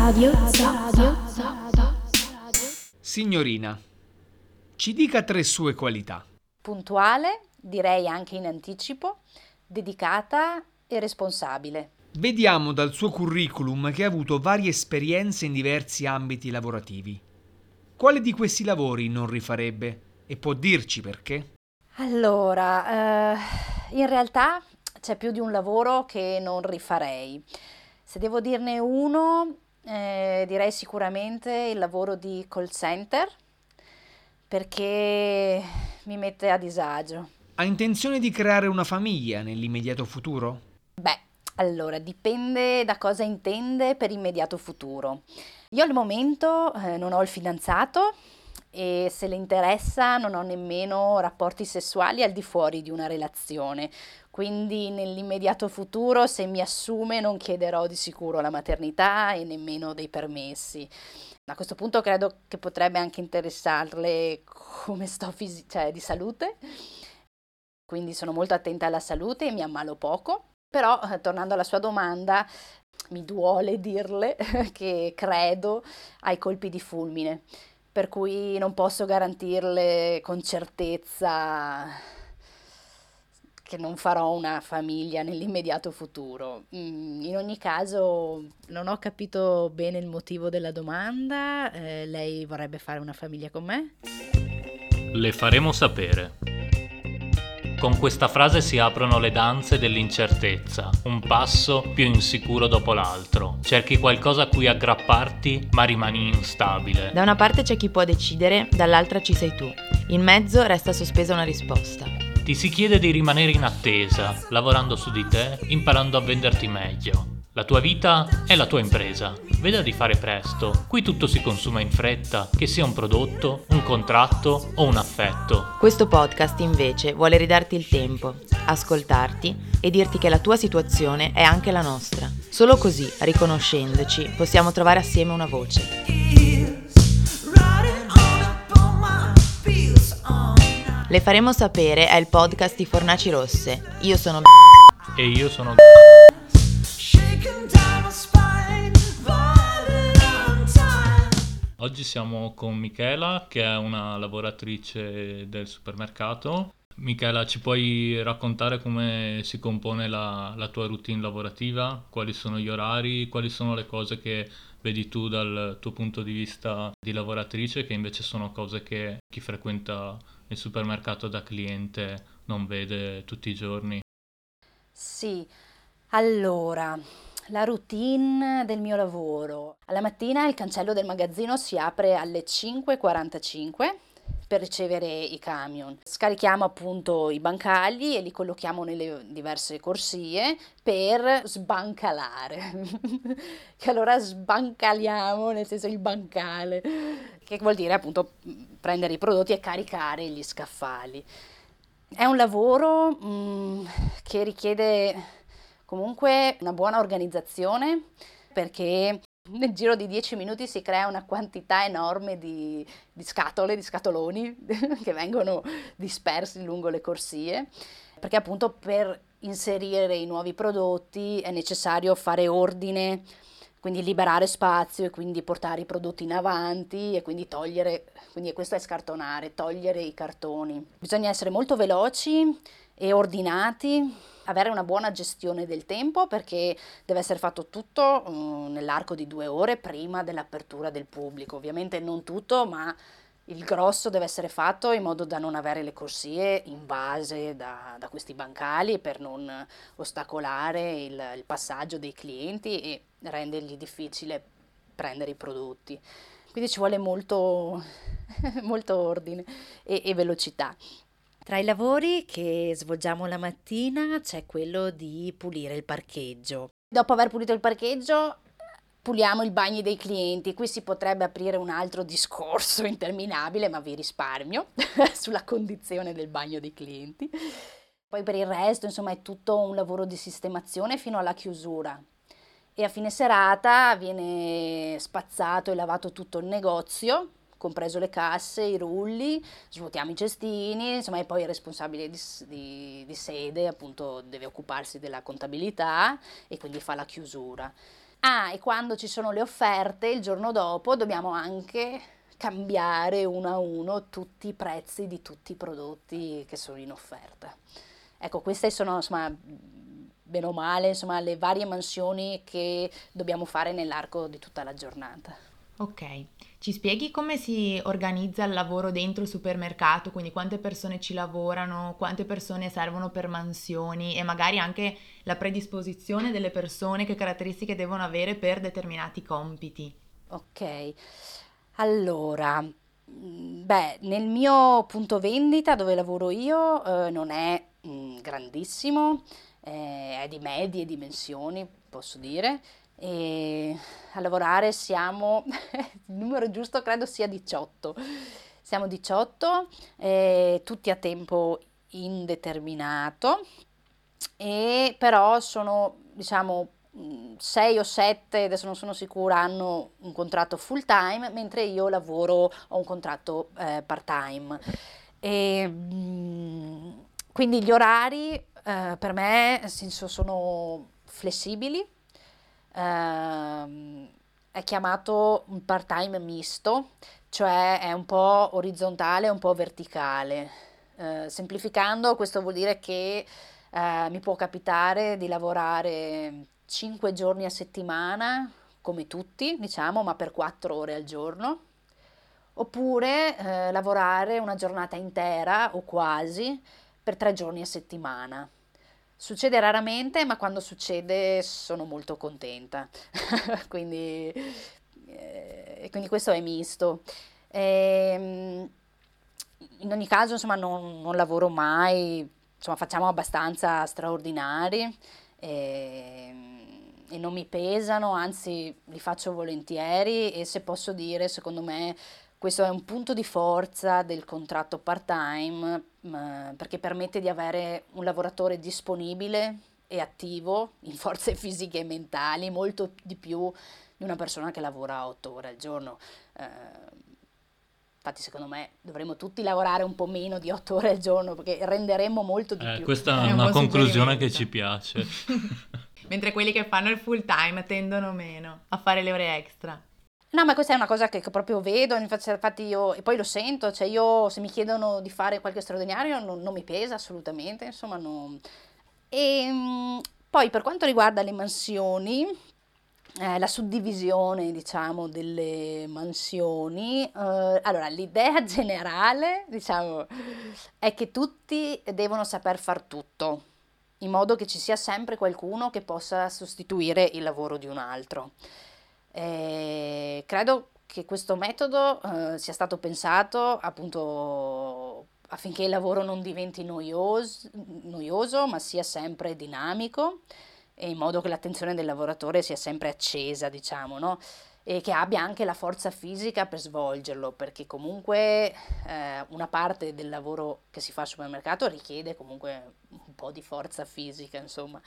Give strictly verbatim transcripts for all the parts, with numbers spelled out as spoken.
Radio Zap. Signorina, ci dica tre sue qualità. Puntuale, direi anche in anticipo, dedicata e responsabile. Vediamo dal suo curriculum che ha avuto varie esperienze in diversi ambiti lavorativi. Quale di questi lavori non rifarebbe e può dirci perché? Allora, eh, in realtà c'è più di un lavoro che non rifarei. Se devo dirne uno, eh, direi sicuramente il lavoro di call center, perché mi mette a disagio. Ha intenzione di creare una famiglia nell'immediato futuro? Beh, allora, dipende da cosa intende per immediato futuro. Io al momento eh, non ho il fidanzato e se le interessa non ho nemmeno rapporti sessuali al di fuori di una relazione. Quindi nell'immediato futuro, se mi assume, non chiederò di sicuro la maternità e nemmeno dei permessi. A questo punto credo che potrebbe anche interessarle come sto fisi- cioè, di salute. Quindi sono molto attenta alla salute e mi ammalo poco. Però, eh, tornando alla sua domanda, mi duole dirle che credo ai colpi di fulmine, per cui non posso garantirle con certezza che non farò una famiglia nell'immediato futuro. Mm, in ogni caso, non ho capito bene il motivo della domanda. Eh, lei vorrebbe fare una famiglia con me? Le faremo sapere. Con questa frase si aprono le danze dell'incertezza, un passo più insicuro dopo l'altro. Cerchi qualcosa a cui aggrapparti, ma rimani instabile. Da una parte c'è chi può decidere, dall'altra ci sei tu. In mezzo resta sospesa una risposta. Ti si chiede di rimanere in attesa, lavorando su di te, imparando a venderti meglio. La tua vita è la tua impresa. Veda di fare presto. Qui tutto si consuma in fretta, che sia un prodotto, un contratto o un affetto. Questo podcast invece vuole ridarti il tempo, ascoltarti e dirti che la tua situazione è anche la nostra. Solo così, riconoscendoci, possiamo trovare assieme una voce. Le faremo sapere è il podcast di Fornaci Rosse. Io sono E io sono Oggi siamo con Michela, che è una lavoratrice del supermercato. Michela, ci puoi raccontare come si compone la, la tua routine lavorativa? Quali sono gli orari? Quali sono le cose che vedi tu dal tuo punto di vista di lavoratrice, che invece sono cose che chi frequenta il supermercato da cliente non vede tutti i giorni? Sì, allora, la routine del mio lavoro. Alla mattina il cancello del magazzino si apre alle cinque e quarantacinque per ricevere i camion. Scarichiamo appunto i bancali e li collochiamo nelle diverse corsie per sbancalare. Che allora sbancaliamo, nel senso il bancale, che vuol dire appunto prendere i prodotti e caricare gli scaffali. È un lavoro mh, che richiede comunque una buona organizzazione, perché nel giro di dieci minuti si crea una quantità enorme di, di scatole, di scatoloni che vengono dispersi lungo le corsie, perché appunto per inserire i nuovi prodotti è necessario fare ordine, quindi liberare spazio e quindi portare i prodotti in avanti e quindi togliere, quindi questo è scartonare, togliere i cartoni. Bisogna essere molto veloci e ordinati, avere una buona gestione del tempo, perché deve essere fatto tutto uh, nell'arco di due ore prima dell'apertura del pubblico. Ovviamente non tutto, ma il grosso deve essere fatto in modo da non avere le corsie invase da, da questi bancali, per non ostacolare il, il passaggio dei clienti e rendergli difficile prendere i prodotti. Quindi ci vuole molto, molto ordine e, e velocità. Tra i lavori che svolgiamo la mattina c'è quello di pulire il parcheggio. Dopo aver pulito il parcheggio puliamo i bagni dei clienti. Qui si potrebbe aprire un altro discorso interminabile, ma vi risparmio, sulla condizione del bagno dei clienti. Poi per il resto, insomma, è tutto un lavoro di sistemazione fino alla chiusura. E a fine serata viene spazzato e lavato tutto il negozio, compreso le casse, i rulli, svuotiamo i cestini, insomma, e poi il responsabile di, di, di sede appunto deve occuparsi della contabilità e quindi fa la chiusura. Ah, e quando ci sono le offerte, il giorno dopo dobbiamo anche cambiare uno a uno tutti i prezzi di tutti i prodotti che sono in offerta. Ecco, queste sono, insomma, bene o male, insomma, le varie mansioni che dobbiamo fare nell'arco di tutta la giornata. Ok, ci spieghi come si organizza il lavoro dentro il supermercato, quindi quante persone ci lavorano, quante persone servono per mansioni e magari anche la predisposizione delle persone, che caratteristiche devono avere per determinati compiti. Ok, allora, mm, beh, nel mio punto vendita dove lavoro io eh, non è mm, grandissimo, eh, è di medie dimensioni, posso dire, e a lavorare siamo, il numero giusto credo sia diciotto, siamo diciotto, eh, tutti a tempo indeterminato, e però sono, diciamo, sei o sette, adesso non sono sicura, hanno un contratto full time, mentre io lavoro, ho un contratto eh, part time. E, mm, quindi gli orari eh, per me nel senso, sono flessibili. Ehm, è chiamato un part time misto, cioè è un po' orizzontale e un po' verticale. Eh, semplificando, questo vuol dire che eh, mi può capitare di lavorare cinque giorni a settimana, come tutti, diciamo, ma per quattro ore al giorno, oppure eh, lavorare una giornata intera o quasi per tre giorni a settimana. Succede raramente, ma quando succede sono molto contenta. quindi, eh, quindi questo è misto. Ehm, in ogni caso, insomma, non, non lavoro mai, insomma, facciamo abbastanza straordinari e, e non mi pesano, anzi li faccio volentieri, e se posso dire, secondo me questo è un punto di forza del contratto part-time, mh, perché permette di avere un lavoratore disponibile e attivo in forze fisiche e mentali, molto di più di una persona che lavora otto ore al giorno. Eh, Infatti, secondo me, dovremmo tutti lavorare un po' meno di otto ore al giorno, perché renderemmo molto di Eh, più. questa È è un una buon conclusione che suggerimento. ci piace. Mentre quelli che fanno il full time tendono meno a fare le ore extra. No, ma questa è una cosa che, che proprio vedo, infatti, infatti io, e poi lo sento, cioè io se mi chiedono di fare qualche straordinario non, non mi pesa assolutamente, insomma, non... E mm, poi per quanto riguarda le mansioni, eh, la suddivisione, diciamo, delle mansioni, eh, allora l'idea generale, diciamo, è che tutti devono saper far tutto, in modo che ci sia sempre qualcuno che possa sostituire il lavoro di un altro. Eh, credo che questo metodo eh, sia stato pensato appunto affinché il lavoro non diventi noioso, noioso, ma sia sempre dinamico, e in modo che l'attenzione del lavoratore sia sempre accesa, diciamo, no? E che abbia anche la forza fisica per svolgerlo, perché comunque eh, una parte del lavoro che si fa al supermercato richiede comunque un po' di forza fisica, insomma.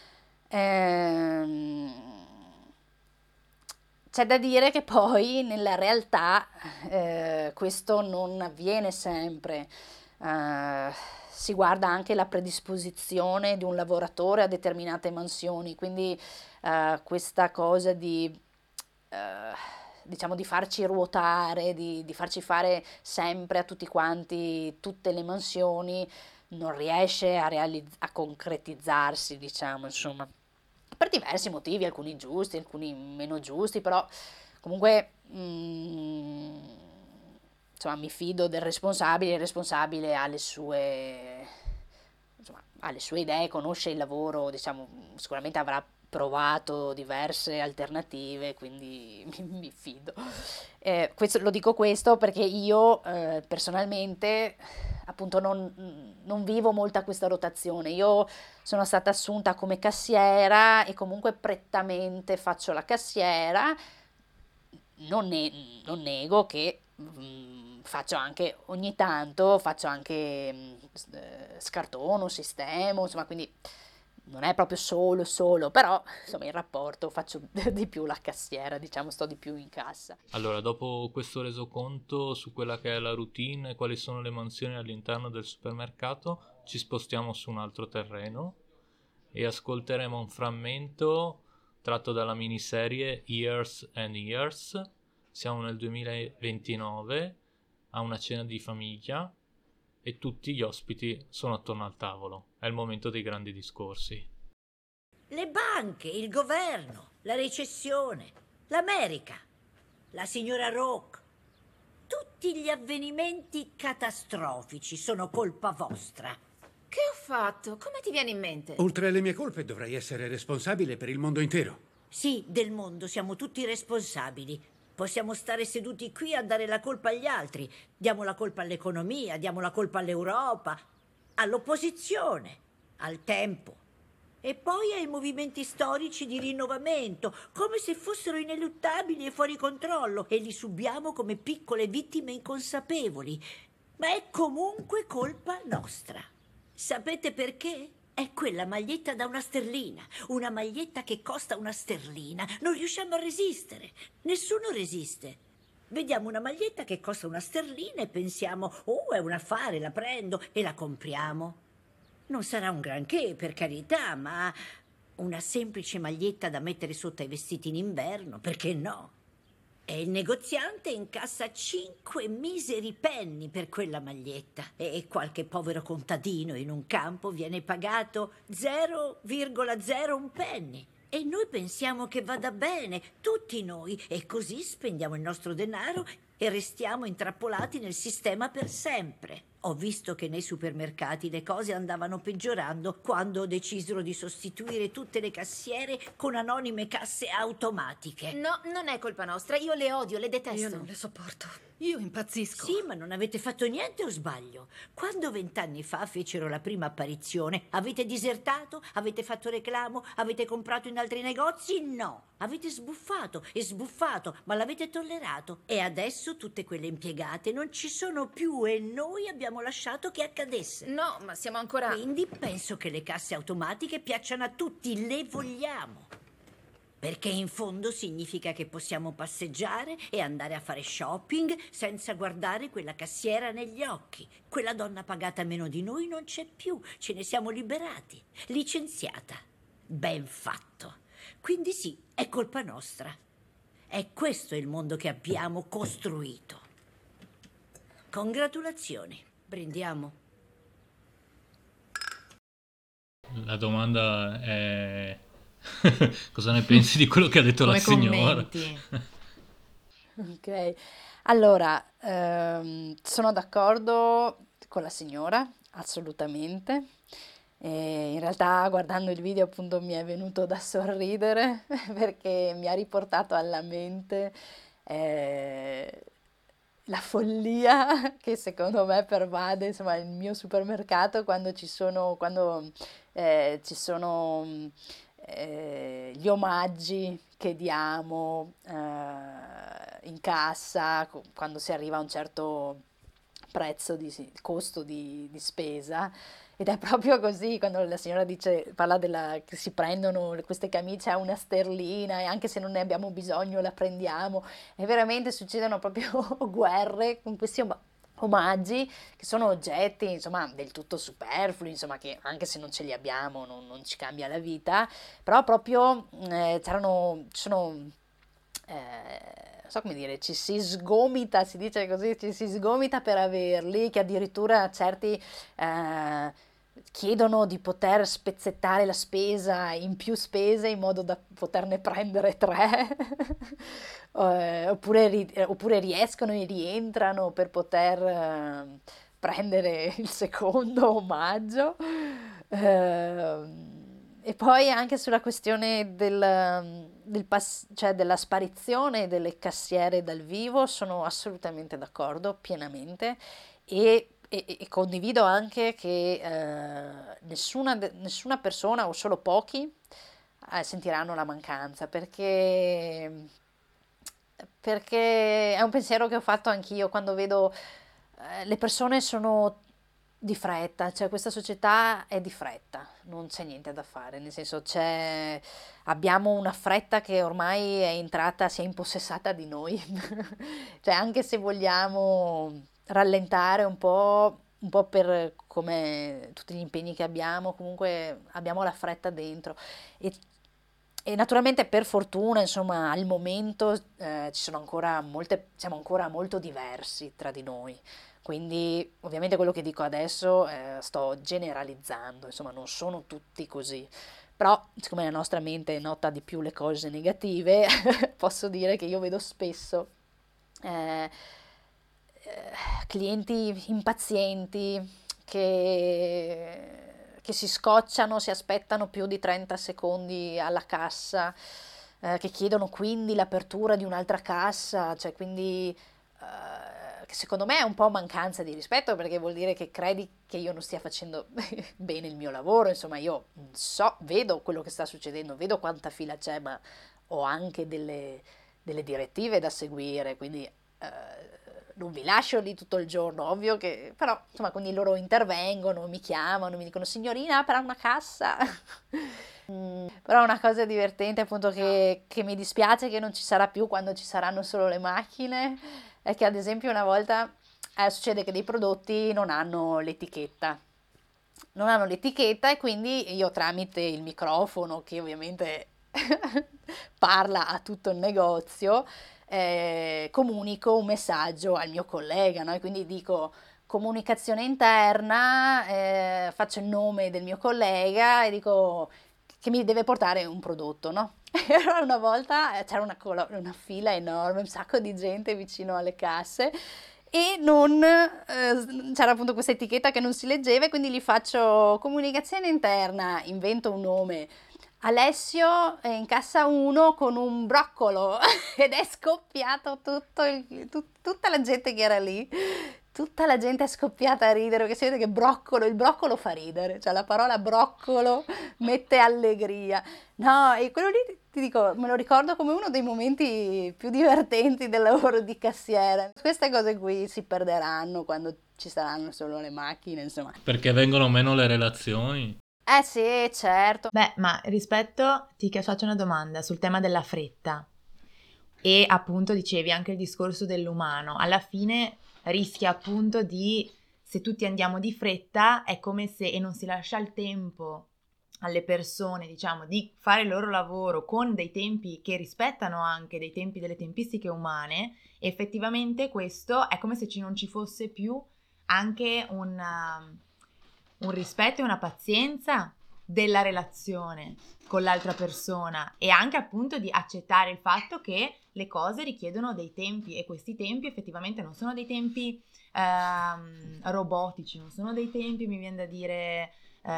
Ehm, C'è da dire che poi nella realtà eh, questo non avviene sempre. Eh, si guarda anche la predisposizione di un lavoratore a determinate mansioni, quindi eh, questa cosa di, eh, diciamo, di farci ruotare, di, di farci fare sempre a tutti quanti tutte le mansioni, non riesce a, realizz- a concretizzarsi, diciamo, insomma, per diversi motivi, alcuni giusti, alcuni meno giusti, però comunque mm, insomma, mi fido del responsabile, il responsabile ha le sue, insomma, ha le sue idee, conosce il lavoro, diciamo, sicuramente avrà provato diverse alternative, quindi mi, mi fido. Eh, questo, lo dico questo perché io eh, personalmente appunto non, non vivo molta questa rotazione. Io sono stata assunta come cassiera e comunque prettamente faccio la cassiera. Non, ne- non nego che mm, faccio anche ogni tanto, faccio anche mm, s- eh, scartono, sistemo, insomma, quindi non è proprio solo solo, però insomma in rapporto faccio di più la cassiera, diciamo, sto di più in cassa. Allora, dopo questo resoconto su quella che è la routine e quali sono le mansioni all'interno del supermercato, ci spostiamo su un altro terreno e ascolteremo un frammento tratto dalla miniserie Years and Years. Siamo nel duemilaventinove, a una cena di famiglia e tutti gli ospiti sono attorno al tavolo. È il momento dei grandi discorsi. Le banche, il governo, la recessione, l'America, la signora Rock. Tutti gli avvenimenti catastrofici sono colpa vostra. Che ho fatto? Come ti viene in mente? Oltre alle mie colpe dovrei essere responsabile per il mondo intero. Sì, del mondo siamo tutti responsabili. Possiamo stare seduti qui a dare la colpa agli altri. Diamo la colpa all'economia, diamo la colpa all'Europa, all'opposizione, al tempo. E poi ai movimenti storici di rinnovamento, come se fossero ineluttabili e fuori controllo, e li subiamo come piccole vittime inconsapevoli. Ma è comunque colpa nostra. Sapete perché? È quella maglietta da una sterlina, una maglietta che costa una sterlina. Non riusciamo a resistere, nessuno resiste. Vediamo una maglietta che costa una sterlina e pensiamo, oh, è un affare, la prendo e la compriamo. Non sarà un granché, per carità, ma una semplice maglietta da mettere sotto ai vestiti in inverno, perché no? E il negoziante incassa cinque miseri penny per quella maglietta e qualche povero contadino in un campo viene pagato zero virgola zero un penny. E noi pensiamo che vada bene, tutti noi, e così spendiamo il nostro denaro e restiamo intrappolati nel sistema per sempre. Ho visto che nei supermercati le cose andavano peggiorando quando decisero di sostituire tutte le cassiere con anonime casse automatiche. No, non è colpa nostra. Io le odio, le detesto. Io non le sopporto. Io impazzisco. Sì, ma non avete fatto niente o sbaglio? Quando vent'anni fa fecero la prima apparizione, avete disertato? Avete fatto reclamo? Avete comprato in altri negozi? No. Avete sbuffato e sbuffato, ma l'avete tollerato. E adesso tutte quelle impiegate non ci sono più e noi abbiamo lasciato che accadesse. No, ma siamo ancora... Quindi penso che le casse automatiche piacciono a tutti, le vogliamo. Perché in fondo significa che possiamo passeggiare e andare a fare shopping senza guardare quella cassiera negli occhi. Quella donna pagata meno di noi non c'è più, ce ne siamo liberati. Licenziata. Ben fatto. Quindi sì, è colpa nostra. È questo il mondo che abbiamo costruito. Congratulazioni. Brindiamo. La domanda è cosa ne pensi di quello che ha detto Come la signora? commenti? Ok, allora, ehm, sono d'accordo con la signora, assolutamente. E in realtà guardando il video appunto mi è venuto da sorridere perché mi ha riportato alla mente eh, la follia che secondo me pervade insomma il mio supermercato quando ci sono, quando, eh, ci sono eh, gli omaggi che diamo eh, in cassa co- quando si arriva a un certo prezzo di sì, costo di, di spesa. Ed è proprio così quando la signora dice, parla della che si prendono queste camicie a una sterlina e anche se non ne abbiamo bisogno la prendiamo, e veramente succedono proprio guerre con questi om- omaggi che sono oggetti insomma del tutto superflui, insomma che anche se non ce li abbiamo non, non ci cambia la vita, però proprio eh, c'erano, ci sono eh, non so come dire, ci si sgomita, si dice così, ci si sgomita per averli, che addirittura certi eh, chiedono di poter spezzettare la spesa in più spese in modo da poterne prendere tre, eh, oppure, ri- oppure riescono e rientrano per poter eh, prendere il secondo omaggio. Eh, e poi anche sulla questione del, del pass- cioè della sparizione delle cassiere dal vivo sono assolutamente d'accordo, pienamente, e, e- e condivido anche che eh, nessuna, de- nessuna persona o solo pochi eh, sentiranno la mancanza, perché, perché è un pensiero che ho fatto anch'io quando vedo eh, le persone sono di fretta, cioè questa società è di fretta, non c'è niente da fare, nel senso c'è, abbiamo una fretta che ormai è entrata, si è impossessata di noi, cioè anche se vogliamo rallentare un po', un po' per come tutti gli impegni che abbiamo, comunque abbiamo la fretta dentro e, E naturalmente per fortuna, insomma, al momento eh, ci sono ancora molte, siamo ancora molto diversi tra di noi. Quindi ovviamente quello che dico adesso eh, sto generalizzando, insomma non sono tutti così. Però siccome la nostra mente nota di più le cose negative, posso dire che io vedo spesso eh, eh, clienti impazienti che che si scocciano, si aspettano più di trenta secondi alla cassa, eh, che chiedono quindi l'apertura di un'altra cassa, cioè quindi eh, che secondo me è un po' mancanza di rispetto, perché vuol dire che credi che io non stia facendo bene il mio lavoro, insomma io so, vedo quello che sta succedendo, vedo quanta fila c'è, ma ho anche delle, delle direttive da seguire, quindi eh, non vi lascio lì tutto il giorno, ovvio che, però insomma quindi loro intervengono, mi chiamano, mi dicono signorina apra una cassa. mm, però una cosa divertente appunto che, che mi dispiace che non ci sarà più quando ci saranno solo le macchine, è che ad esempio una volta eh, succede che dei prodotti non hanno l'etichetta. Non hanno l'etichetta e quindi io tramite il microfono che ovviamente parla a tutto il negozio, Eh, comunico un messaggio al mio collega, no? E quindi dico comunicazione interna, eh, faccio il nome del mio collega e dico che mi deve portare un prodotto, no? E allora una volta c'era una, colo- una fila enorme, un sacco di gente vicino alle casse e non eh, c'era appunto questa etichetta che non si leggeva e quindi gli faccio comunicazione interna, invento un nome. Alessio è in cassa uno con un broccolo ed è scoppiato tutto il, tut- tutta la gente che era lì, tutta la gente è scoppiata a ridere perché si vede che broccolo, il broccolo fa ridere, cioè la parola broccolo mette allegria. No, e quello lì ti dico, me lo ricordo come uno dei momenti più divertenti del lavoro di cassiera. Queste cose qui si perderanno quando ci saranno solo le macchine, insomma. Perché vengono meno le relazioni. Eh sì, certo. Beh, ma rispetto, ti faccio una domanda sul tema della fretta e appunto dicevi anche il discorso dell'umano. Alla fine rischia appunto di, se tutti andiamo di fretta, è come se e non si lascia il tempo alle persone, diciamo, di fare il loro lavoro con dei tempi che rispettano anche dei tempi delle tempistiche umane, effettivamente questo è come se ci non ci fosse più anche un... un rispetto e una pazienza della relazione con l'altra persona e anche appunto di accettare il fatto che le cose richiedono dei tempi e questi tempi effettivamente non sono dei tempi ehm, robotici, non sono dei tempi, mi viene da dire,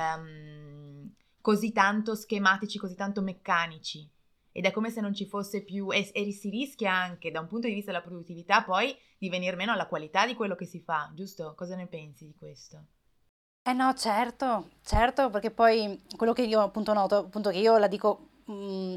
ehm, così tanto schematici, così tanto meccanici. Ed è come se non ci fosse più, e, e si rischia anche da un punto di vista della produttività poi di venir meno alla qualità di quello che si fa, giusto? Cosa ne pensi di questo? Eh no, certo, certo, perché poi quello che io appunto noto, appunto che io la dico, mm,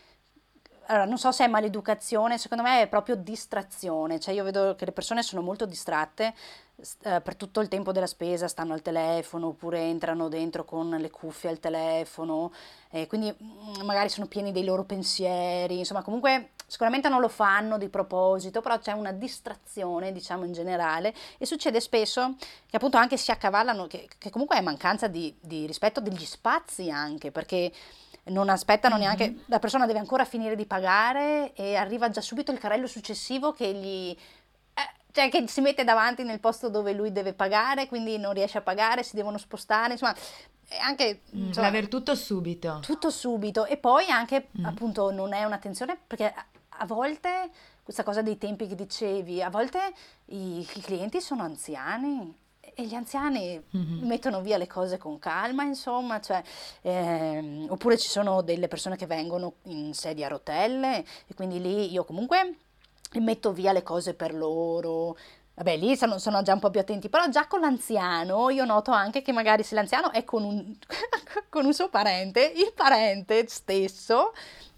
allora non so se è maleducazione, secondo me è proprio distrazione, cioè io vedo che le persone sono molto distratte s- eh, per tutto il tempo della spesa, stanno al telefono oppure entrano dentro con le cuffie al telefono, e quindi mm, magari sono pieni dei loro pensieri, insomma comunque sicuramente non lo fanno di proposito, però c'è una distrazione, diciamo in generale, e succede spesso che appunto anche si accavallano, che, che comunque è mancanza di, di rispetto degli spazi anche, perché non aspettano neanche, la persona deve ancora finire di pagare e arriva già subito il carrello successivo che gli... eh, cioè che si mette davanti nel posto dove lui deve pagare, quindi non riesce a pagare, si devono spostare, insomma, è anche... Mm, insomma, l'aver tutto subito. tutto subito e poi anche Mm. appunto non è un'attenzione perché a, a volte questa cosa dei tempi che dicevi, a volte i, i clienti sono anziani e gli anziani Mhm. mettono via le cose con calma, insomma, cioè, ehm, oppure ci sono delle persone che vengono in sedia a rotelle e quindi lì io comunque metto via le cose per loro. Vabbè, lì sono, sono già un po' più attenti, però già con l'anziano io noto anche che magari se l'anziano è con un, con un suo parente, il parente stesso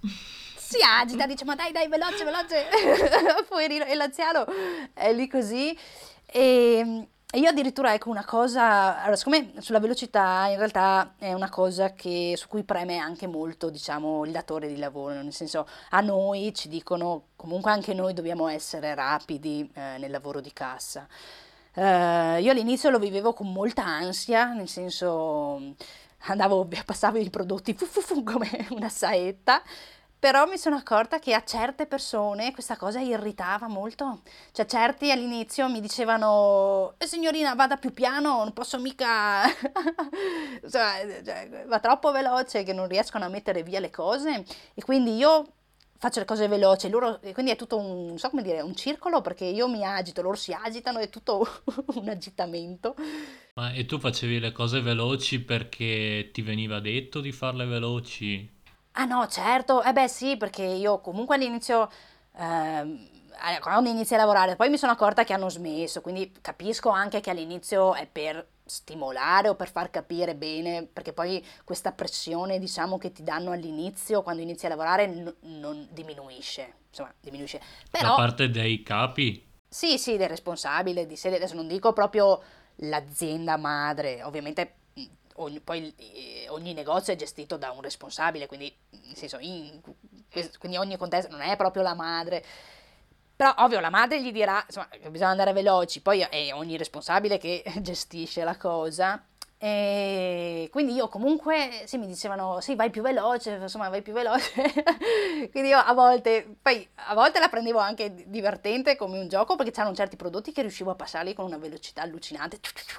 si agita, dice ma dai dai veloce veloce, poverino, e l'anziano è lì così e, e io addirittura ecco una cosa, allora siccome sulla velocità in realtà è una cosa che, su cui preme anche molto diciamo il datore di lavoro, nel senso a noi ci dicono comunque anche noi dobbiamo essere rapidi eh, nel lavoro di cassa. Eh, io all'inizio lo vivevo con molta ansia, nel senso andavo, passavo i prodotti fu, fu, fu, come una saetta, però mi sono accorta che a certe persone questa cosa irritava molto, cioè certi all'inizio mi dicevano eh, signorina vada più piano, non posso mica, cioè, cioè, va troppo veloce che non riescono a mettere via le cose e quindi io faccio le cose veloci, loro, e quindi è tutto un, non so come dire, un circolo perché io mi agito, loro si agitano, è tutto un agitamento. Ma e tu facevi le cose veloci perché ti veniva detto di farle veloci? Ah no, certo, eh beh sì, perché io comunque all'inizio, ehm, eh, quando inizi a lavorare, poi mi sono accorta che hanno smesso, quindi capisco anche che all'inizio è per stimolare o per far capire bene, perché poi questa pressione, diciamo, che ti danno all'inizio, quando inizi a lavorare, n- non diminuisce, insomma, diminuisce. Da Però parte dei capi? sì, sì, del responsabile di sede, adesso non dico proprio l'azienda madre, ovviamente mh, ogni, poi eh, ogni negozio è gestito da un responsabile, quindi nel senso, in, quindi ogni contesto non è proprio la madre, però ovvio la madre gli dirà insomma, che bisogna andare veloci, poi è ogni responsabile che gestisce la cosa. E quindi io comunque, sì, mi dicevano, sì, vai più veloce, insomma, vai più veloce. Quindi io a volte, poi a volte la prendevo anche di- divertente come un gioco, perché c'erano certi prodotti che riuscivo a passarli con una velocità allucinante.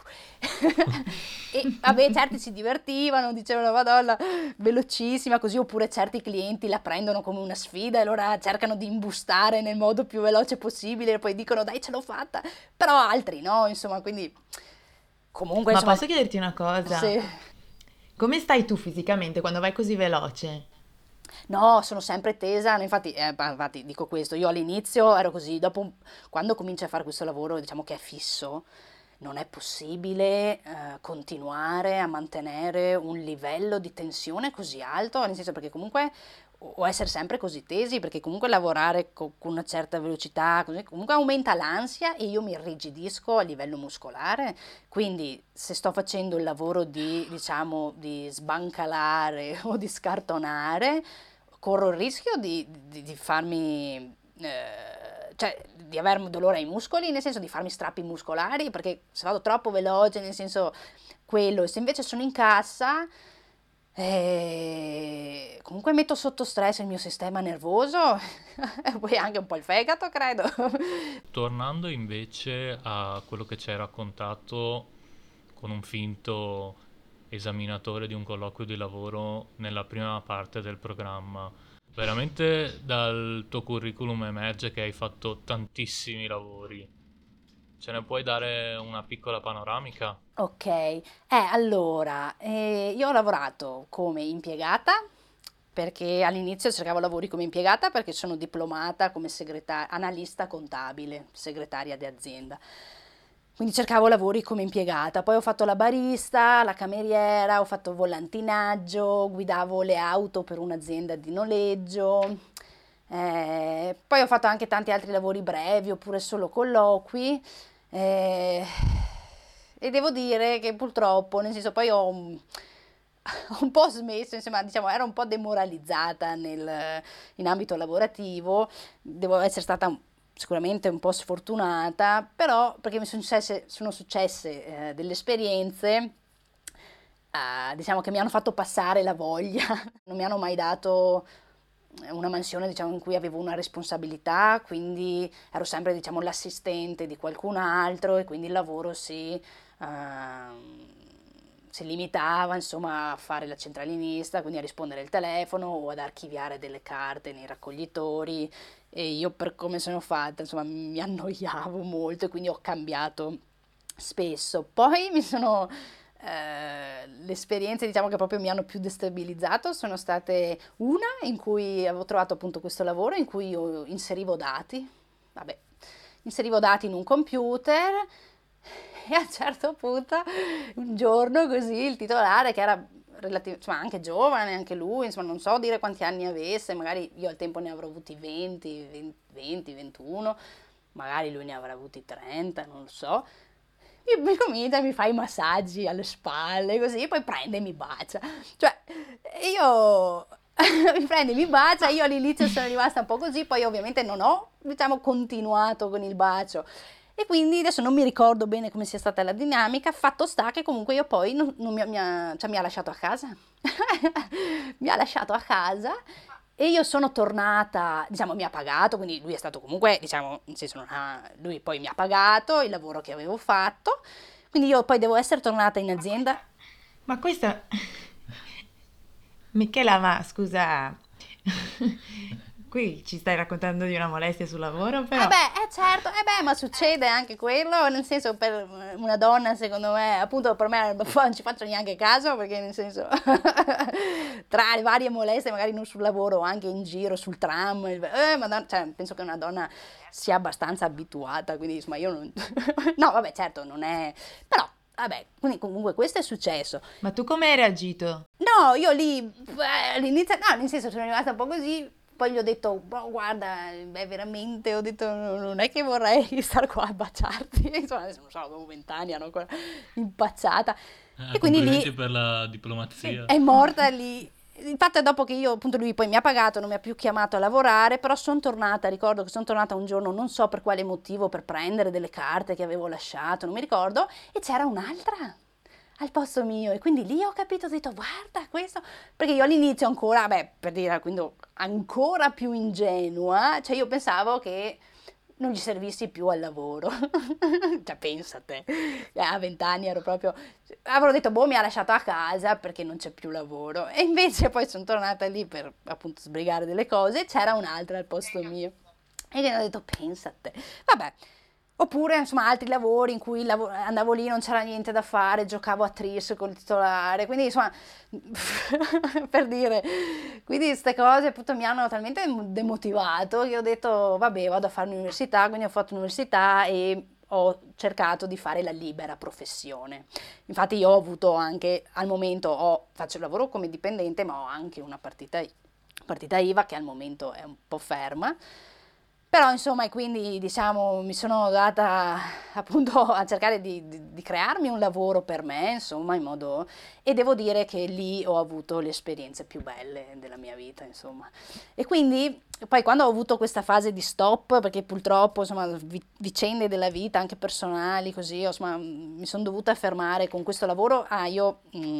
E vabbè, certi si divertivano, dicevano, Madonna, velocissima, così, oppure certi clienti la prendono come una sfida e allora cercano di imbustare nel modo più veloce possibile e poi dicono, dai, ce l'ho fatta. Però altri no, insomma, quindi comunque, Ma insomma, posso chiederti una cosa? sì. Come stai tu fisicamente quando vai così veloce? No, sono sempre tesa, no, infatti, eh, ma infatti dico questo, io all'inizio ero così, dopo un- quando cominci a fare questo lavoro, diciamo che è fisso, non è possibile eh, continuare a mantenere un livello di tensione così alto, nel senso perché comunque o o essere sempre così tesi, perché comunque lavorare co- con una certa velocità, così, comunque aumenta l'ansia e io mi irrigidisco a livello muscolare, quindi se sto facendo il lavoro di, diciamo, di sbancalare o di scartonare, corro il rischio di, di- di farmi, eh, cioè di avere dolore ai muscoli, nel senso di farmi strappi muscolari, perché se vado troppo veloce, nel senso quello, e se invece sono in cassa, eh, comunque metto sotto stress il mio sistema nervoso e poi anche un po' il fegato, credo. Tornando invece a quello che ci hai raccontato con un finto esaminatore di un colloquio di lavoro nella prima parte del programma, veramente dal tuo curriculum emerge che hai fatto tantissimi lavori. Ce ne puoi dare una piccola panoramica? Ok, eh, allora, eh, io ho lavorato come impiegata perché all'inizio cercavo lavori come impiegata perché sono diplomata come segretaria, analista contabile, segretaria di azienda. Quindi cercavo lavori come impiegata, poi ho fatto la barista, la cameriera, ho fatto volantinaggio, guidavo le auto per un'azienda di noleggio, eh, poi ho fatto anche tanti altri lavori brevi oppure solo colloqui. Eh, e devo dire che purtroppo, nel senso, poi ho, un- ho un po' smesso, insomma, diciamo, ero un po' demoralizzata nel- in ambito lavorativo, devo essere stata un- sicuramente un po' sfortunata, però perché mi sono successe, sono successe eh, delle esperienze, eh, diciamo, che mi hanno fatto passare la voglia, non mi hanno mai dato una mansione, diciamo, in cui avevo una responsabilità, quindi ero sempre, diciamo, l'assistente di qualcun altro e quindi il lavoro si, ehm, si limitava, insomma, a fare la centralinista, quindi a rispondere al telefono o ad archiviare delle carte nei raccoglitori e io per come sono fatta, insomma, mi annoiavo molto e quindi ho cambiato spesso. Poi mi sono eh, le esperienze, diciamo, che proprio mi hanno più destabilizzato sono state una in cui avevo trovato appunto questo lavoro in cui io inserivo dati, vabbè, inserivo dati in un computer e a un certo punto un giorno così il titolare che era relati- insomma, anche giovane, anche lui, insomma non so dire quanti anni avesse, magari io al tempo ne avrò avuti venti, venti, ventuno, magari lui ne avrà avuti trenta, non lo so. Mi, mi comincia e mi fa i massaggi alle spalle, così, poi prende e mi bacia. Cioè, io mi prende e mi bacia, io all'inizio sono rimasta un po' così, poi ovviamente non ho, diciamo, continuato con il bacio. E quindi adesso non mi ricordo bene come sia stata la dinamica, fatto sta che comunque io poi non, non mi, ha- mi ha, cioè mi ha lasciato a casa, mi ha lasciato a casa e io sono tornata, diciamo mi ha pagato, quindi lui è stato comunque, diciamo, nel senso non ha, lui poi mi ha pagato il lavoro che avevo fatto, quindi io poi devo essere tornata in azienda. Ma questa... Michela, ma scusa, qui ci stai raccontando di una molestia sul lavoro, però... Eh beh, eh certo, eh beh, ma succede anche quello, nel senso per una donna secondo me, appunto per me non ci faccio neanche caso, perché nel senso tra le varie molestie, magari non sul lavoro, anche in giro, sul tram, eh, madonna, cioè, penso che una donna sia abbastanza abituata, quindi insomma io non... no vabbè certo non è... però... Vabbè, quindi comunque questo è successo. Ma tu come hai reagito? No, io lì beh, all'inizio, no, nel senso sono rimasta un po' così, poi gli ho detto, "Boh, guarda, beh, veramente, ho detto, no- non è che vorrei stare qua a baciarti, insomma, adesso non so, avevo vent'anni, ero ancora impacciata, Eh, e quindi complimenti lì per la diplomazia. è morta lì. Infatti dopo che io, appunto lui poi mi ha pagato, non mi ha più chiamato a lavorare, però sono tornata, ricordo che sono tornata un giorno, non so per quale motivo, per prendere delle carte che avevo lasciato, non mi ricordo, e c'era un'altra al posto mio e quindi lì ho capito, ho detto guarda questo, perché io all'inizio ancora, beh, per dire, quindi ancora più ingenua, cioè io pensavo che non gli servissi più al lavoro, cioè pensa te, a vent'anni ero proprio, avrò detto boh mi ha lasciato a casa perché non c'è più lavoro e invece poi sono tornata lì per appunto sbrigare delle cose e c'era un'altra al posto mio e quindi ho detto pensa te, vabbè. Oppure, insomma, altri lavori in cui lavo- andavo lì, non c'era niente da fare, giocavo a tris con il titolare, quindi insomma, per dire, quindi queste cose appunto mi hanno talmente demotivato che ho detto, vabbè, vado a fare l'università, quindi ho fatto l'università e ho cercato di fare la libera professione. Infatti io ho avuto anche, al momento, ho, faccio il lavoro come dipendente, ma ho anche una partita, partita I V A che al momento è un po' ferma. Però insomma, e quindi diciamo mi sono data appunto a cercare di, di- di crearmi un lavoro per me, insomma, in modo... E devo dire che lì ho avuto le esperienze più belle della mia vita, insomma. E quindi poi quando ho avuto questa fase di stop, perché purtroppo, insomma, vi- vicende della vita, anche personali, così, insomma, mi sono dovuta fermare con questo lavoro. Ah, io...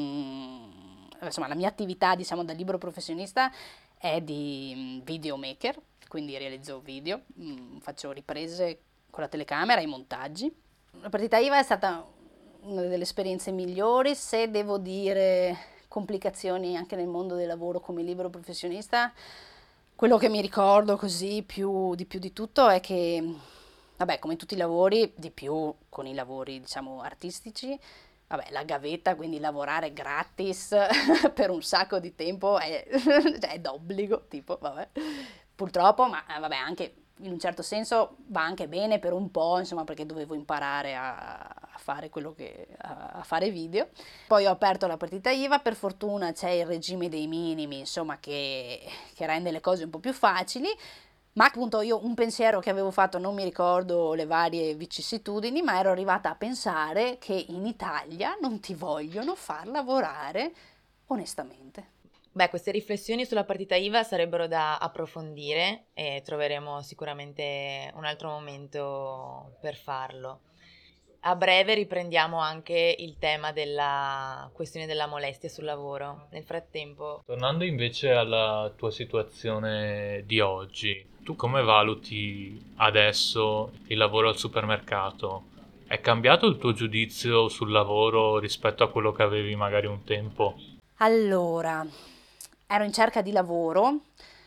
mm, insomma, la mia attività, diciamo, da libero professionista è di mm, videomaker, quindi realizzo video, mm, faccio riprese con la telecamera e montaggi. La partita I V A è stata una delle esperienze migliori, se devo dire complicazioni anche nel mondo del lavoro come libero professionista, quello che mi ricordo così più, di più di tutto è che, vabbè, come in tutti i lavori, di più con i lavori, diciamo, artistici, vabbè, la gavetta, quindi lavorare gratis per un sacco di tempo è, cioè, è d'obbligo, tipo, vabbè, purtroppo, ma eh, vabbè, anche in un certo senso va anche bene per un po', insomma, perché dovevo imparare a, a fare quello che, a, a fare video. Poi ho aperto la partita I V A, per fortuna c'è il regime dei minimi, insomma, che, che rende le cose un po' più facili. Ma appunto io un pensiero che avevo fatto, non mi ricordo le varie vicissitudini, ma ero arrivata a pensare che in Italia non ti vogliono far lavorare onestamente. Beh, queste riflessioni sulla partita I V A sarebbero da approfondire e troveremo sicuramente un altro momento per farlo. A breve riprendiamo anche il tema della questione della molestia sul lavoro. Nel frattempo, Tornando invece alla tua situazione di oggi, tu come valuti adesso il lavoro al supermercato? È cambiato il tuo giudizio sul lavoro rispetto a quello che avevi magari un tempo? Allora, ero in cerca di lavoro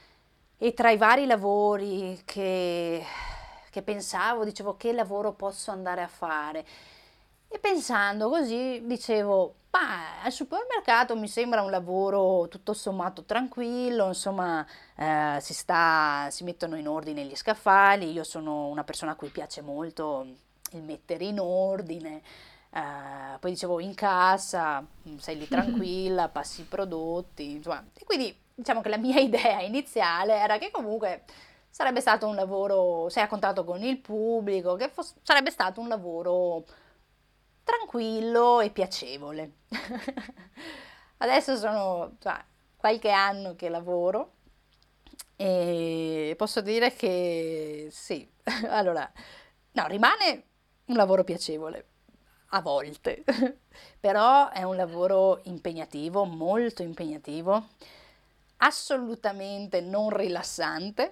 e tra i vari lavori che, che pensavo, dicevo che lavoro posso andare a fare. E pensando così, dicevo, ma al supermercato mi sembra un lavoro tutto sommato tranquillo, insomma, eh, si sta, si mettono in ordine gli scaffali, io sono una persona a cui piace molto il mettere in ordine, eh, poi dicevo in cassa, mm, sei lì tranquilla, passi i prodotti, insomma, e quindi diciamo che la mia idea iniziale era che comunque sarebbe stato un lavoro, sei a contatto con il pubblico, che fosse, sarebbe stato un lavoro tranquillo e piacevole. Adesso sono cioè, qualche anno che lavoro e posso dire che sì, allora, no, rimane un lavoro piacevole, a volte, però è un lavoro impegnativo, molto impegnativo, assolutamente non rilassante,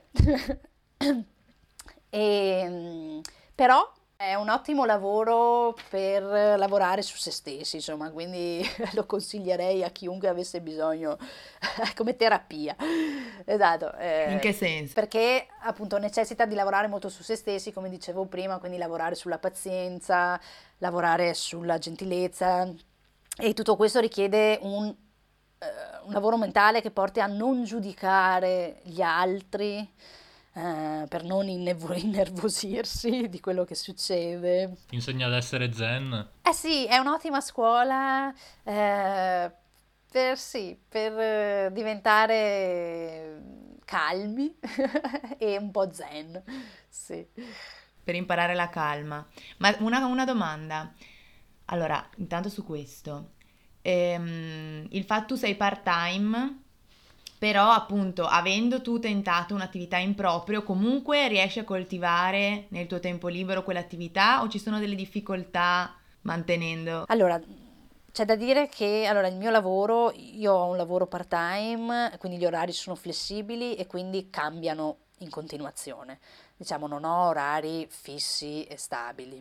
e, però è un ottimo lavoro per lavorare su se stessi, insomma, quindi lo consiglierei a chiunque avesse bisogno come terapia. Esatto. Eh, In che senso? Perché appunto necessita di lavorare molto su se stessi, come dicevo prima, quindi lavorare sulla pazienza, lavorare sulla gentilezza, e tutto questo richiede un, eh, un lavoro mentale che porti a non giudicare gli altri, eh, per non innevo- innervosirsi di quello che succede. Insegna ad essere zen. Eh sì, è un'ottima scuola, eh, per, sì, per eh, diventare calmi e un po' zen, sì. Per imparare la calma. Ma una, una domanda. Allora, intanto su questo. Ehm, il fatto tu sei part-time, però appunto avendo tu tentato un'attività in proprio, comunque riesci a coltivare nel tuo tempo libero quell'attività o ci sono delle difficoltà mantenendo? Allora, c'è da dire che allora, il mio lavoro, io ho un lavoro part-time, quindi gli orari sono flessibili e quindi cambiano in continuazione. Diciamo, non ho orari fissi e stabili,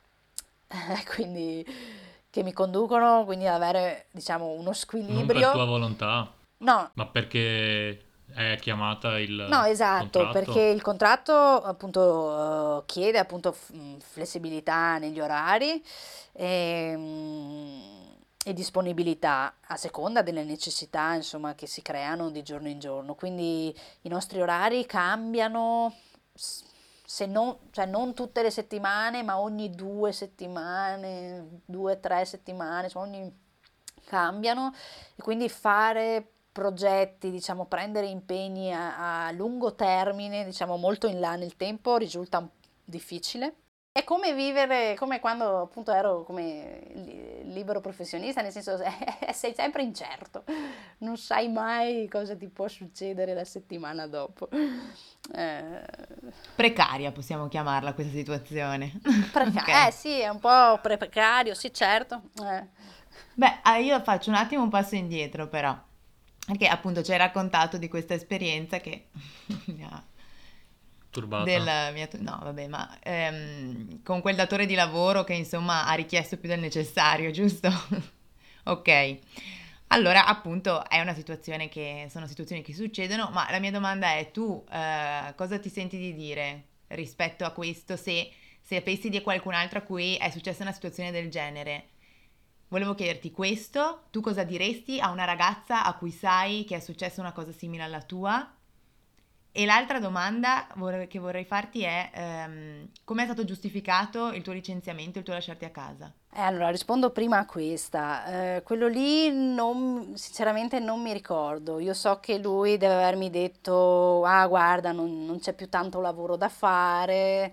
quindi che mi conducono quindi ad avere, diciamo, uno Non per squilibrio. tua volontà, No, ma perché è chiamata il no, esatto, contratto. perché il contratto appunto eh, chiede appunto f- mh, flessibilità negli orari e, mh, e disponibilità a seconda delle necessità, insomma, che si creano di giorno in giorno. Quindi i nostri orari cambiano, s- se non, cioè non tutte le settimane, ma ogni due settimane, due, tre settimane, insomma, ogni cambiano, e quindi fare progetti, diciamo, prendere impegni a, a lungo termine, diciamo, molto in là nel tempo, risulta un- difficile. È come vivere, come quando appunto ero come li- libero professionista, nel senso eh, sei sempre incerto, non sai mai cosa ti può succedere la settimana dopo. Eh, Precaria possiamo chiamarla questa situazione. preca- Ok. eh sì, è un po' precario, sì, certo. eh. Beh, ah, io faccio un attimo un passo indietro però, perché appunto ci hai raccontato di questa esperienza che mi ha Turbata. del mio, no vabbè, ma ehm, con quel datore di lavoro che insomma ha richiesto più del necessario, giusto? Ok, allora appunto è una situazione che sono situazioni che succedono, ma la mia domanda è tu eh, cosa ti senti di dire rispetto a questo, se, se pensi di qualcun altro a cui è successa una situazione del genere? Volevo chiederti questo, tu cosa diresti a una ragazza a cui sai che è successa una cosa simile alla tua? E l'altra domanda vorrei- che vorrei farti è ehm, come è stato giustificato il tuo licenziamento, il tuo lasciarti a casa? Eh, allora, rispondo prima a questa. Eh, quello lì non, sinceramente non mi ricordo. Io so che lui deve avermi detto, ah, guarda, non, non c'è più tanto lavoro da fare,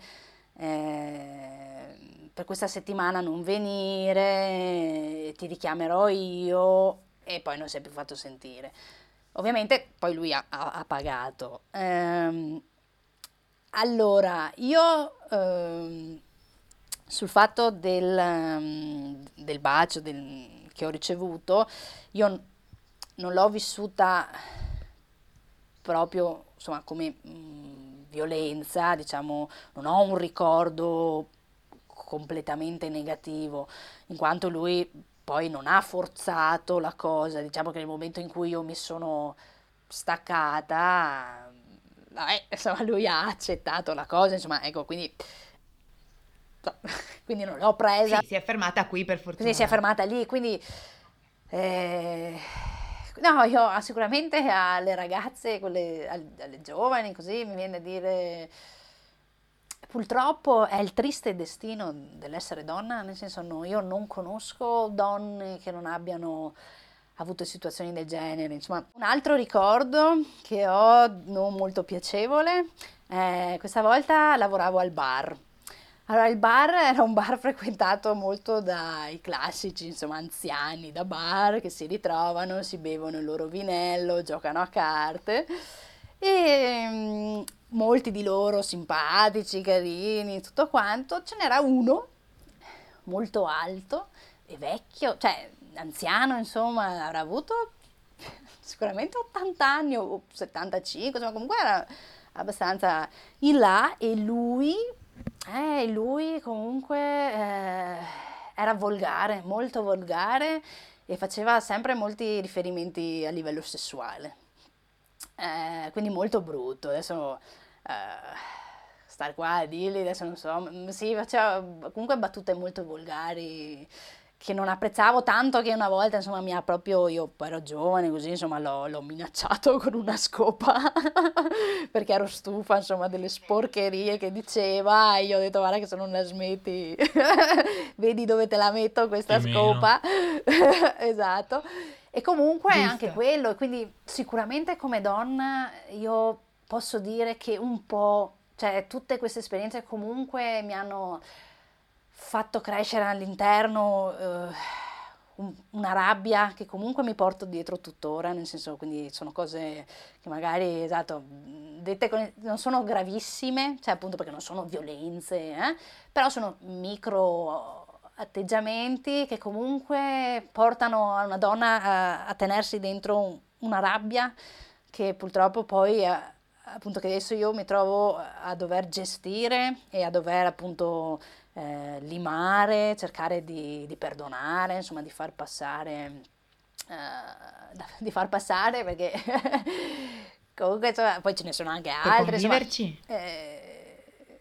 eh, per questa settimana non venire, ti richiamerò io, e poi non si è più fatto sentire. Ovviamente poi lui ha, ha- ha pagato. Ehm, allora, io ehm, sul fatto del, ehm, del bacio del- che ho ricevuto, io n- non l'ho vissuta proprio, insomma, come mh, violenza, diciamo, non ho un ricordo completamente negativo, in quanto lui poi non ha forzato la cosa, diciamo che nel momento in cui io mi sono staccata, vabbè, insomma, lui ha accettato la cosa, insomma, ecco, quindi, quindi non l'ho presa, Sì, si è fermata qui per quindi si è fortuna. fermata lì, quindi eh, no, io ah, sicuramente alle ragazze, quelle, al- alle giovani, così mi viene a dire, purtroppo è il triste destino dell'essere donna, nel senso no, io non conosco donne che non abbiano avuto situazioni del genere. Insomma, un altro ricordo che ho non molto piacevole, eh, questa volta lavoravo al bar. Allora, il bar era un bar frequentato molto dai classici, insomma, anziani da bar che si ritrovano, si bevono il loro vinello, giocano a carte e mm, molti di loro simpatici, carini, tutto quanto. Ce n'era uno molto alto e vecchio, cioè anziano, insomma, avrà avuto sicuramente ottanta anni o settantacinque, insomma, comunque era abbastanza in là, e lui, eh, lui comunque eh, era volgare, molto volgare, e faceva sempre molti riferimenti a livello sessuale, eh, quindi molto brutto. Adesso eh, stare qua a dirli, adesso non so, sì, faceva comunque battute molto volgari che non apprezzavo, tanto che una volta, insomma, mi ha proprio, io poi ero giovane così, insomma, l'ho, l'ho minacciato con una scopa perché ero stufa, insomma, delle sporcherie che diceva, e io ho detto: guarda che se non la smetti vedi dove te la metto questa Più o scopa. Esatto. E comunque Giusto. anche quello, e quindi sicuramente come donna io posso dire che un po', cioè tutte queste esperienze comunque mi hanno fatto crescere all'interno eh, un- una rabbia che comunque mi porto dietro tuttora, nel senso, quindi sono cose che magari, esatto, mh, dette con- non sono gravissime, cioè appunto perché non sono violenze, eh, però sono micro atteggiamenti che comunque portano a una donna a, a tenersi dentro un- una rabbia che purtroppo poi, eh, appunto, che adesso io mi trovo a dover gestire e a dover appunto eh, limare, cercare di, di perdonare, insomma, di far passare, eh, da- di far passare perché comunque, insomma, poi ce ne sono anche Per altre, insomma, conviverci. eh,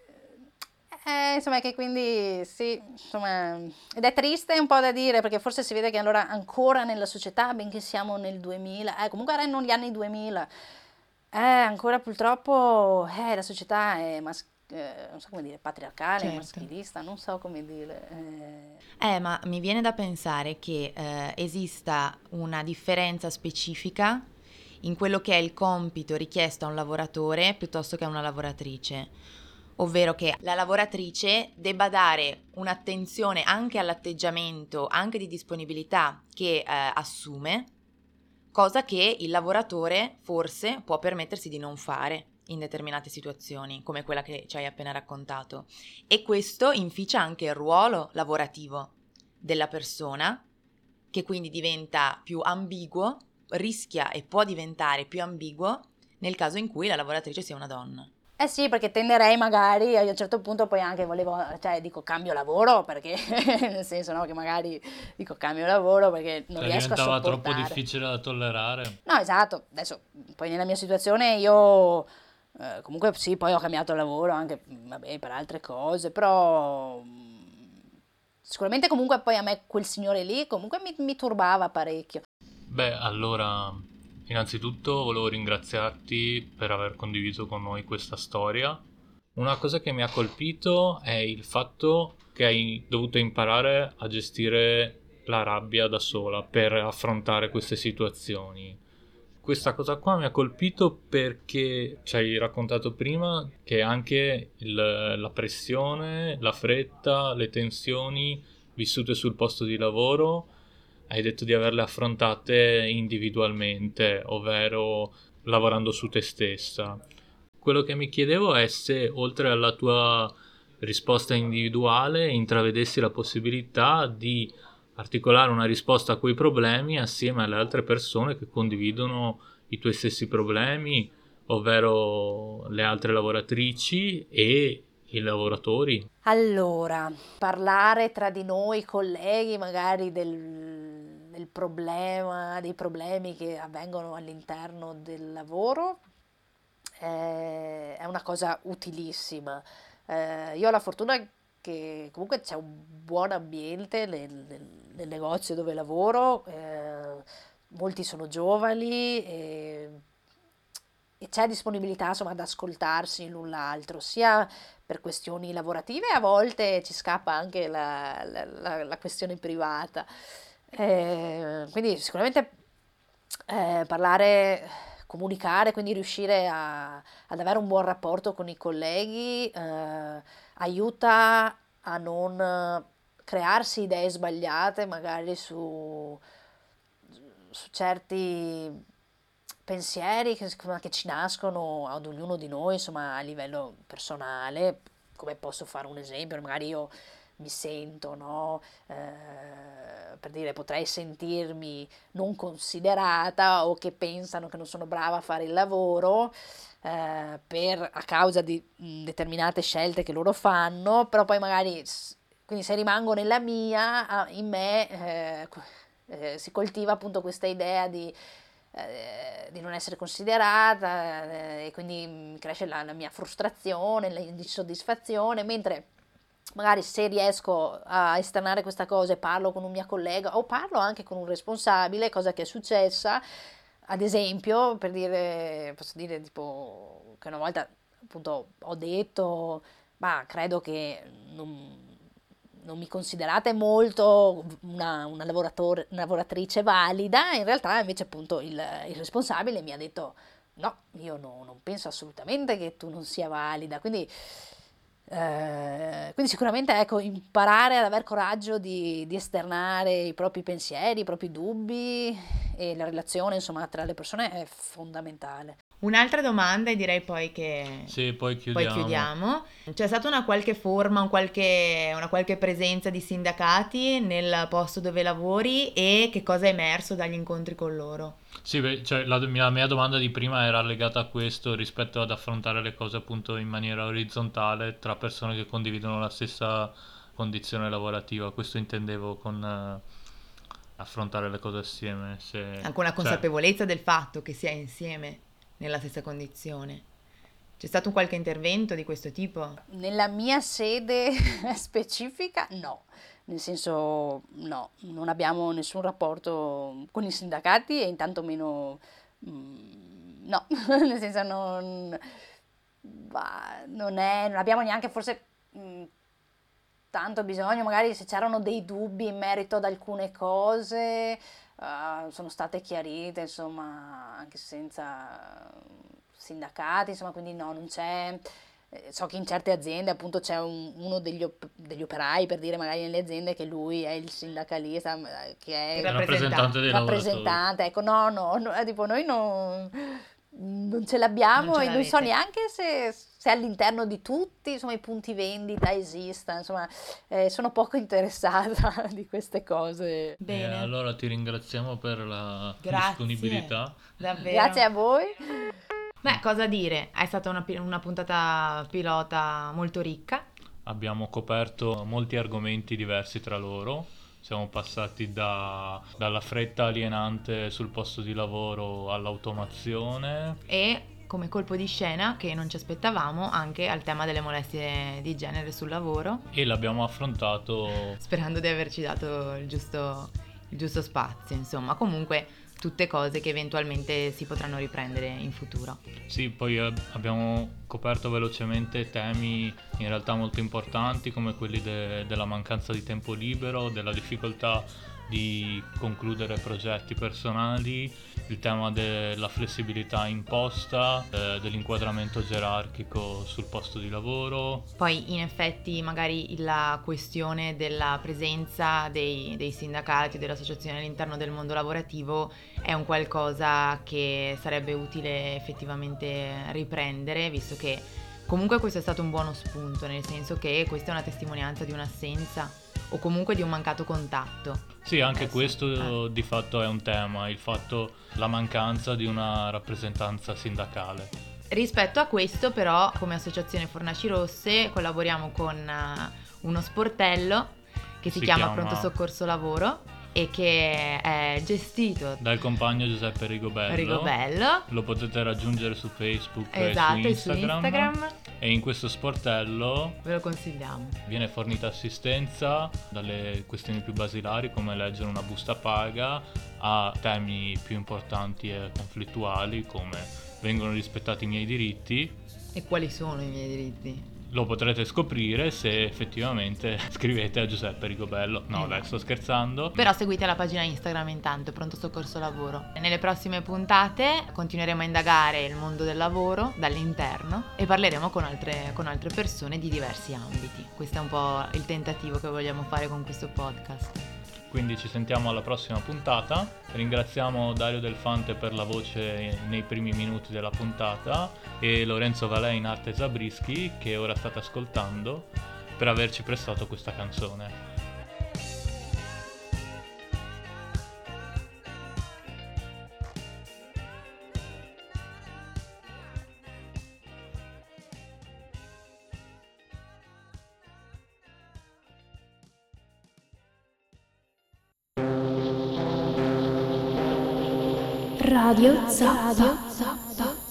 eh, insomma, che quindi sì, insomma, ed è triste un po' da dire, perché forse si vede che allora ancora nella società, benché siamo nel duemila, eh, comunque erano gli anni duemila, eh, ancora purtroppo eh, la società è mas- eh, non so come dire, patriarcale, Certo. maschilista, non so come dire. eh. Eh, ma mi viene da pensare che eh, esista una differenza specifica in quello che è il compito richiesto a un lavoratore piuttosto che a una lavoratrice, ovvero che la lavoratrice debba dare un'attenzione anche all'atteggiamento, anche di disponibilità che eh, assume, cosa che il lavoratore forse può permettersi di non fare in determinate situazioni, come quella che ci hai appena raccontato. E questo inficia anche il ruolo lavorativo della persona, che quindi diventa più ambiguo, rischia e può diventare più ambiguo nel caso in cui la lavoratrice sia una donna. Eh sì, perché tenderei magari a un certo punto poi anche volevo, cioè dico cambio lavoro, perché nel senso, no, che magari dico cambio lavoro perché non Cioè, riesco a diventava sopportare. troppo difficile da tollerare. No, esatto, adesso poi nella mia situazione io eh, comunque sì, poi ho cambiato lavoro anche, vabbè, per altre cose, però mh, sicuramente comunque poi a me quel signore lì comunque mi, mi turbava parecchio. Beh, allora, innanzitutto volevo ringraziarti per aver condiviso con noi questa storia. Una cosa che mi ha colpito è il fatto che hai dovuto imparare a gestire la rabbia da sola per affrontare queste situazioni. Questa cosa qua mi ha colpito perché ci hai raccontato prima che anche il- la pressione, la fretta, le tensioni vissute sul posto di lavoro hai detto di averle affrontate individualmente, ovvero lavorando su te stessa. Quello che mi chiedevo è se, oltre alla tua risposta individuale, intravedessi la possibilità di articolare una risposta a quei problemi assieme alle altre persone che condividono i tuoi stessi problemi, ovvero le altre lavoratrici e i lavoratori. Allora, parlare tra di noi colleghi magari del, del problema, dei problemi che avvengono all'interno del lavoro eh, è una cosa utilissima. Eh, io ho la fortuna che comunque c'è un buon ambiente nel, nel- nel negozio dove lavoro, eh, molti sono giovani e, e c'è disponibilità, insomma, ad ascoltarsi l'un l'altro, sia per questioni lavorative, a volte ci scappa anche la, la- la- la questione privata. Eh, quindi sicuramente eh, parlare, comunicare, quindi riuscire a- ad avere un buon rapporto con i colleghi eh, aiuta a non eh, crearsi idee sbagliate magari su, su certi pensieri che, insomma, che ci nascono ad ognuno di noi, insomma, a livello personale. Come posso fare un esempio? Magari io mi sento, no? Eh, per dire, potrei sentirmi non considerata o che pensano che non sono brava a fare il lavoro eh, per, a causa di mh, determinate scelte che loro fanno, però poi magari, quindi se rimango nella mia, in me eh, eh, si coltiva appunto questa idea di Eh, di non essere considerata eh, e quindi cresce la, la mia frustrazione, l'insoddisfazione, mentre magari se riesco a esternare questa cosa e parlo con un mio collega o parlo anche con un responsabile, cosa che è successa, ad esempio, per dire, posso dire tipo che una volta appunto ho detto, ma credo che non non mi considerate molto una, una, lavoratore, una lavoratrice valida, in realtà invece appunto il, il responsabile mi ha detto no, io no, non penso assolutamente che tu non sia valida, quindi, eh, quindi sicuramente ecco, imparare ad aver coraggio di, di esternare i propri pensieri, i propri dubbi e la relazione insomma tra le persone è fondamentale. Un'altra domanda e direi poi che sì, poi chiudiamo. poi chiudiamo. C'è stata una qualche forma, un qualche, una qualche presenza di sindacati nel posto dove lavori e che cosa è emerso dagli incontri con loro? Sì, beh, cioè, la mia, mia domanda di prima era legata a questo rispetto ad affrontare le cose appunto in maniera orizzontale tra persone che condividono la stessa condizione lavorativa. Questo intendevo con eh, affrontare le cose assieme. Se, Anche una cioè, consapevolezza del fatto che si è insieme nella stessa condizione. C'è stato un qualche intervento di questo tipo? Nella mia sede specifica no, nel senso no, non abbiamo nessun rapporto con i sindacati e intanto meno mm, no, nel senso non, bah, non è, non abbiamo neanche forse mh, tanto bisogno, magari se c'erano dei dubbi in merito ad alcune cose Uh, sono state chiarite insomma anche senza sindacati, insomma, quindi no, non c'è, eh, so che in certe aziende appunto c'è un, uno degli, op- degli operai, per dire magari nelle aziende, che lui è il sindacalista, che è il rappresentante dei rappresentante, ecco, no, no, no, tipo noi non, non ce l'abbiamo Non ce e non so l'avete. neanche se, se all'interno di tutti insomma i punti vendita esista, insomma eh, sono poco interessata di queste cose. Bene. E allora ti ringraziamo per la Grazie. disponibilità. Davvero. Grazie a voi. Beh, cosa dire? È stata una, pi- una puntata pilota molto ricca. Abbiamo coperto molti argomenti diversi tra loro. Siamo passati da, dalla fretta alienante sul posto di lavoro all'automazione. E come colpo di scena, che non ci aspettavamo, anche al tema delle molestie di genere sul lavoro, E l'abbiamo affrontato. sperando di averci dato il giusto, il giusto spazio. Insomma, comunque tutte cose che eventualmente si potranno riprendere in futuro. Sì, poi eh, abbiamo coperto velocemente temi in realtà molto importanti, come quelli de- della mancanza di tempo libero, della difficoltà di concludere progetti personali, il tema della flessibilità imposta, eh, dell'inquadramento gerarchico sul posto di lavoro. Poi in effetti magari la questione della presenza dei, dei sindacati o delle associazioni all'interno del mondo lavorativo è un qualcosa che sarebbe utile effettivamente riprendere, visto che comunque questo è stato un buono spunto, nel senso che questa è una testimonianza di un'assenza o comunque di un mancato contatto. Sì, anche Eh sì, questo eh. di fatto è un tema, il fatto, la mancanza di una rappresentanza sindacale. Rispetto a questo però, come associazione Fornaci Rosse, collaboriamo con eh, uno sportello che si, Si chiama chiama- Pronto Soccorso Lavoro e che è gestito Dal compagno Giuseppe Rigobello. Rigobello. Lo potete raggiungere su Facebook Esatto, e e su su Instagram. Instagram E in questo sportello ve lo consigliamo. viene fornita assistenza dalle questioni più basilari, come leggere una busta paga, a temi più importanti e conflittuali, come vengono rispettati i miei diritti. E quali sono i miei diritti? Lo potrete scoprire se effettivamente scrivete a Giuseppe Rigobello. No, dai, sto scherzando. Però seguite la pagina Instagram intanto, Pronto Soccorso Lavoro. Nelle prossime puntate continueremo a indagare il mondo del lavoro dall'interno e parleremo con altre, con altre persone di diversi ambiti. Questo è un po' il tentativo che vogliamo fare con questo podcast. Quindi ci sentiamo alla prossima puntata. Ringraziamo Dario Delfante per la voce nei primi minuti della puntata e Lorenzo Valè in arte Zabrischi, che ora state ascoltando. per averci prestato questa canzone. Radio Zap.